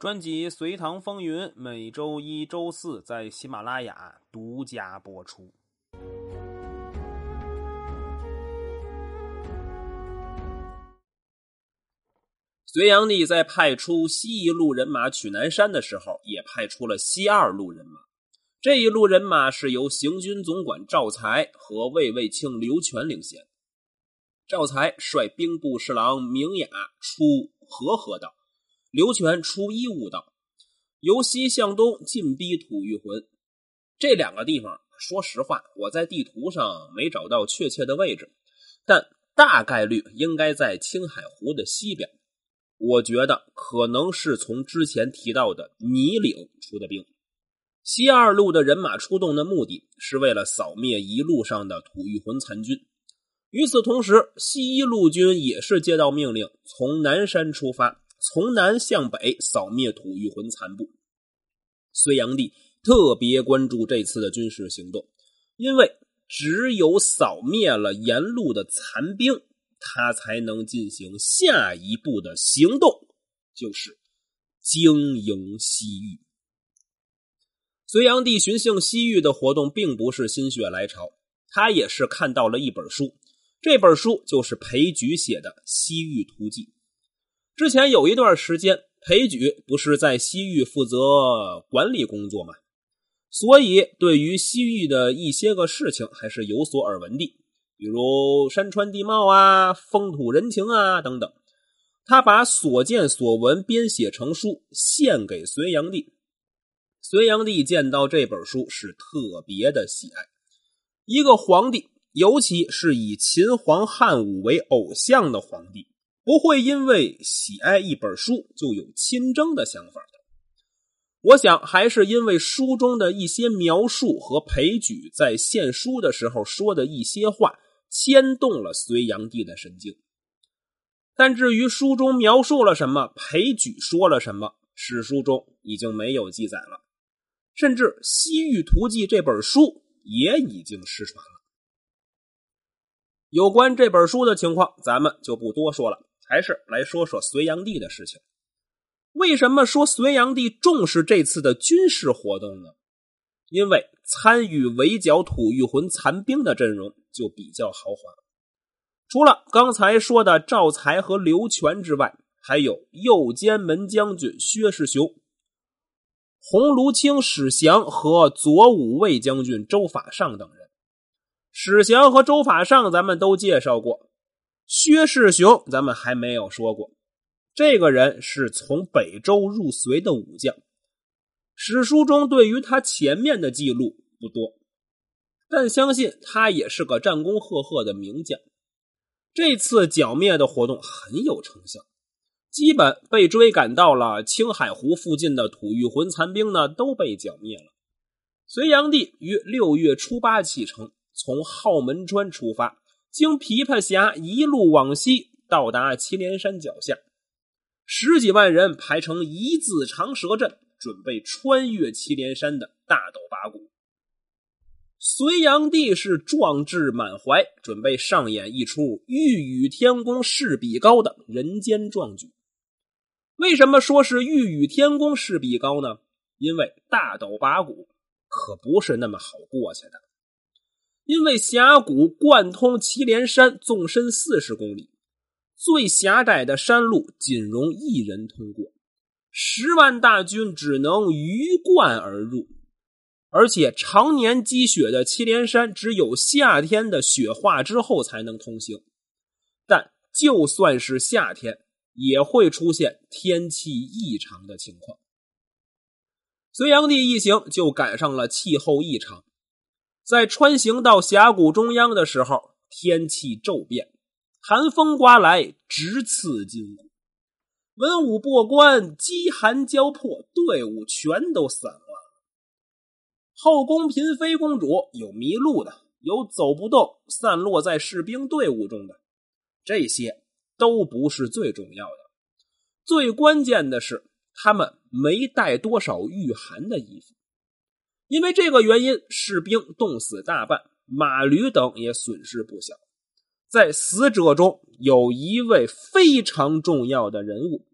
专辑《隋唐风云》每周一、周四在喜马拉雅独家播出。隋炀帝在派出西一路人马取南山的时候，也派出了西二路人马。这一路人马是由行军总管赵才和卫尉卿刘全领衔。赵才率兵部侍郎明雅出和合道，刘全出伊吾道，由西向东进逼吐谷浑。这两个地方说实话，我在地图上没找到确切的位置，但大概率应该在青海湖的西边。我觉得可能是从之前提到的泥岭出的兵。西二路的人马出动的目的是为了扫灭一路上的吐谷浑残军。与此同时，西一路军也是接到命令，从南山出发，从南向北扫灭吐谷浑残部。隋炀帝特别关注这次的军事行动，因为只有扫灭了沿路的残兵，他才能进行下一步的行动，就是经营西域。隋炀帝巡幸西域的活动并不是心血来潮，他也是看到了一本书，这本书就是裴矩写的《西域图记》。之前有一段时间，裴矩不是在西域负责管理工作吗？所以对于西域的一些个事情还是有所耳闻的，比如山川地貌啊、风土人情啊等等。他把所见所闻编写成书，献给隋炀帝。隋炀帝见到这本书是特别的喜爱。一个皇帝，尤其是以秦皇汉武为偶像的皇帝，不会因为喜爱一本书就有亲征的想法的。我想还是因为书中的一些描述和裴矩在献书的时候说的一些话牵动了隋炀帝的神经。但至于书中描述了什么，裴矩说了什么，史书中已经没有记载了，甚至《西域图记》这本书也已经失传了。有关这本书的情况咱们就不多说了，还是来说说隋炀帝的事情。为什么说隋炀帝重视这次的军事活动呢？因为参与围剿吐谷浑残兵的阵容就比较豪华。除了刚才说的赵才和刘全之外，还有右监门将军薛世雄、鸿胪卿史祥和左武卫将军周法上等人。史祥和周法上咱们都介绍过，薛世雄咱们还没有说过。这个人是从北周入隋的武将，史书中对于他前面的记录不多，但相信他也是个战功赫赫的名将。这次剿灭的活动很有成效，基本被追赶到了青海湖附近的吐谷浑残兵呢都被剿灭了。隋炀帝于6月初8启程，从浩门川出发，经琵琶峡一路往西，到达祁连山脚下。10几万人排成一字长蛇阵，准备穿越祁连山的大斗八谷。隋炀帝是壮志满怀，准备上演一出欲与天公试比高的人间壮举。为什么说是欲与天公试比高呢？因为大斗八谷可不是那么好过去的。因为峡谷贯通祁连山，纵深40公里，最狭窄的山路仅容一人通过，10万大军只能鱼贯而入。而且常年积雪的祁连山只有夏天的雪化之后才能通行，但就算是夏天也会出现天气异常的情况。隋炀帝一行就赶上了气候异常，在穿行到峡谷中央的时候，天气骤变，寒风刮来，直刺筋骨。文武过关，饥寒交迫，队伍全都散乱了。后宫嫔妃公主有迷路的，有走不动散落在士兵队伍中的，这些都不是最重要的。最关键的是他们没带多少御寒的衣服，因为这个原因，士兵冻死大半，马驴等也损失不小。在死者中有一位非常重要的人物，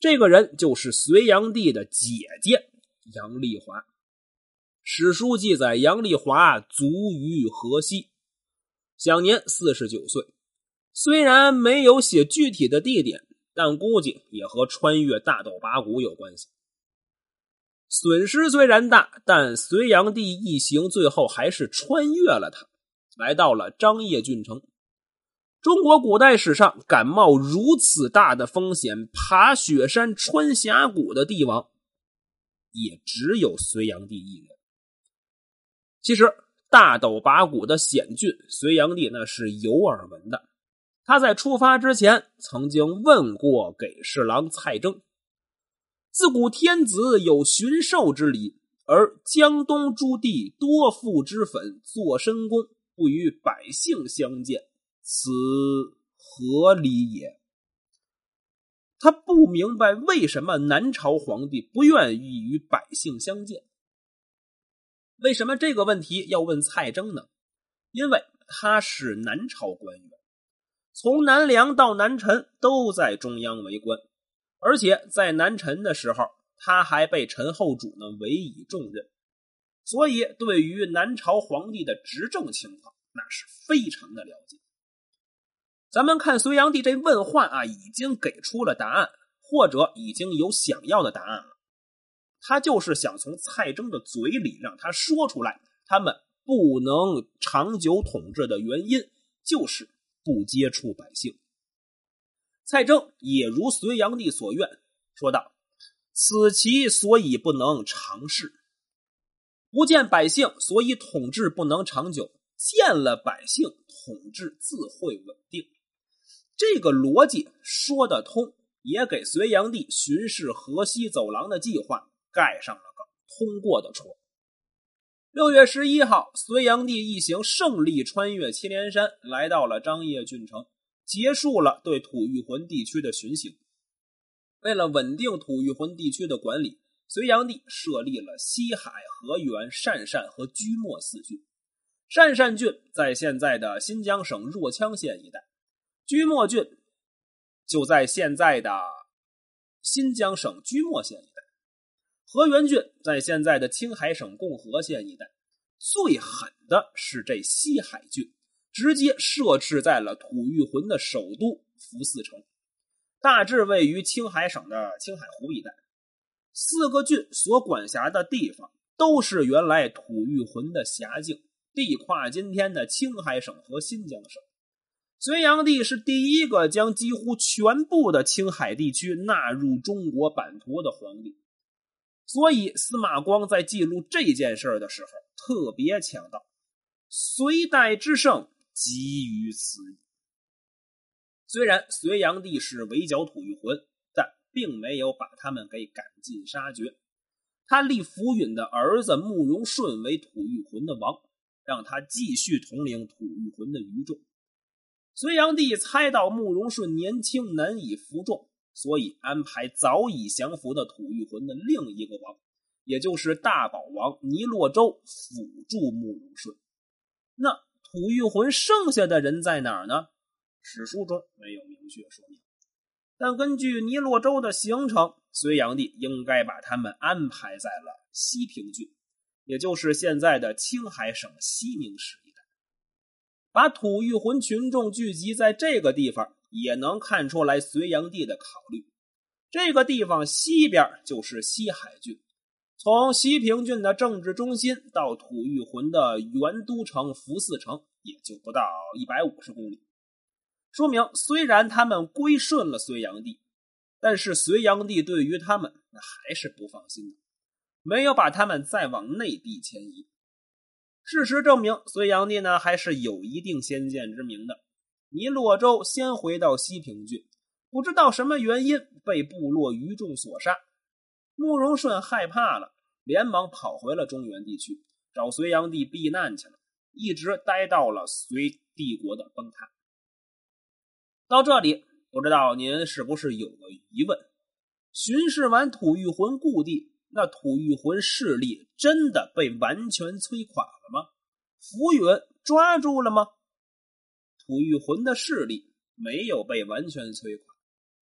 这个人就是隋炀帝的姐姐杨丽华。史书记载，杨丽华卒于河西，享年49岁。虽然没有写具体的地点，但估计也和穿越大斗八股有关系。损失虽然大，但隋炀帝一行最后还是穿越了它，来到了张掖郡城。中国古代史上敢冒如此大的风险爬雪山穿峡谷的帝王，也只有隋炀帝一人。其实大斗八股的险峻，隋炀帝那是有耳闻的。他在出发之前曾经问过给事郎蔡征，自古天子有巡狩之礼，而江东诸地多负之粉，作深宫，不与百姓相见，此何理也？他不明白为什么南朝皇帝不愿意与百姓相见。为什么这个问题要问蔡征呢？因为他是南朝官员，从南梁到南陈都在中央为官，而且在南陈的时候他还被陈后主呢委以重任，所以对于南朝皇帝的执政情况那是非常的了解。咱们看隋炀帝这问话已经给出了答案，或者已经有想要的答案了。他就是想从蔡征的嘴里让他说出来，他们不能长久统治的原因就是不接触百姓。蔡征也如隋炀帝所愿，说道：此其所以不能长事，不见百姓，所以统治不能长久，见了百姓，统治自会稳定。这个逻辑说得通，也给隋炀帝巡视河西走廊的计划盖上了个通过的戳。6月11号，隋炀帝一行胜利穿越祁连山，来到了张掖郡城，结束了对吐谷浑地区的巡行。为了稳定吐谷浑地区的管理，隋炀帝设立了西海、河源、鄯善和居末4郡。鄯善郡在现在的新疆省若羌县一带，居末郡就在现在的新疆省居末县一带，河源郡在现在的青海省共和县一带。最狠的是这西海郡，直接设置在了吐谷浑的首都福寺城，大致位于青海省的青海湖一带。4个郡所管辖的地方都是原来吐谷浑的辖境，地跨今天的青海省和新疆省。隋炀帝是第一个将几乎全部的青海地区纳入中国版图的皇帝，所以司马光在记录这件事的时候特别强调，隋代之盛基于此矣。虽然隋炀帝是围剿吐谷浑，但并没有把他们给赶尽杀绝。他立浮允的儿子慕容顺为吐谷浑的王，让他继续统领吐谷浑的余众。隋炀帝猜到慕容顺年轻难以服众，所以安排早已降服的吐谷浑的另一个王，也就是大宝王尼洛周辅助慕容顺。那吐谷浑剩下的人在哪儿呢？史书中没有明确说明，但根据尼洛周的行程，隋炀帝应该把他们安排在了西平郡，也就是现在的青海省西宁市一带。把吐谷浑群众聚集在这个地方，也能看出来隋炀帝的考虑。这个地方西边就是西海郡，从西平郡的政治中心到吐谷浑的原都城福寺城也就不到150公里，说明虽然他们归顺了隋炀帝，但是隋炀帝对于他们还是不放心的，没有把他们再往内地迁移。事实证明，隋炀帝还是有一定先见之明的。尼洛周先回到西平郡，不知道什么原因被部落余众所杀。慕容顺害怕了，连忙跑回了中原地区，找隋炀帝避难去了，一直待到了隋帝国的崩塌。到这里，不知道您是不是有个疑问，巡视完吐谷浑故地，那吐谷浑势力真的被完全摧垮了吗？浮允抓住了吗？吐谷浑的势力没有被完全摧垮，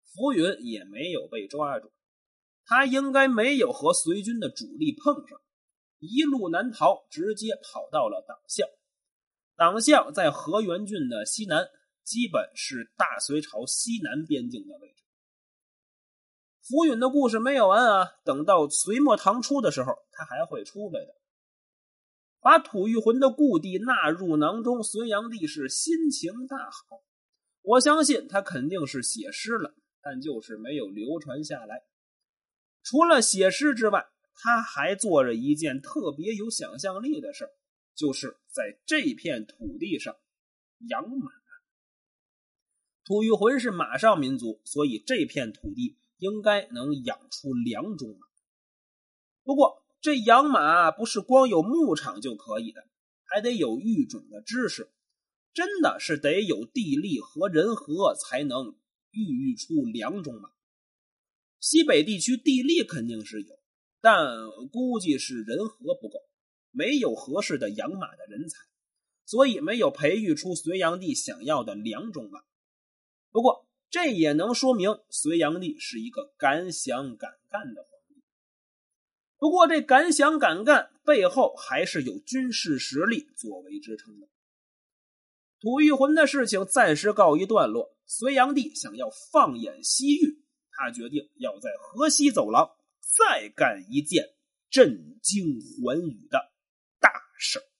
浮云也没有被抓住，他应该没有和隋军的主力碰上，一路南逃，直接跑到了党项。党项在河源郡的西南，基本是大隋朝西南边境的位置。浮云的故事没有完啊，等到隋末唐初的时候，他还会出来的。把吐谷浑的故地纳入囊中，隋炀帝是心情大好。我相信他肯定是写诗了，但就是没有流传下来。除了写诗之外，他还做着一件特别有想象力的事，就是在这片土地上养马。吐谷浑是马上民族，所以这片土地应该能养出2种马。不过这养马不是光有牧场就可以的，还得有育种的知识，真的是得有地利和人和才能育出2种马。西北地区地利肯定是有，但估计是人和不够，没有合适的养马的人才，所以没有培育出隋炀帝想要的2种马。不过这也能说明隋炀帝是一个敢想敢干的皇帝。不过这敢想敢干背后还是有军事实力作为支撑的。吐谷浑的事情暂时告一段落，隋炀帝想要放眼西域，他决定要在河西走廊再干一件震惊寰宇的大事。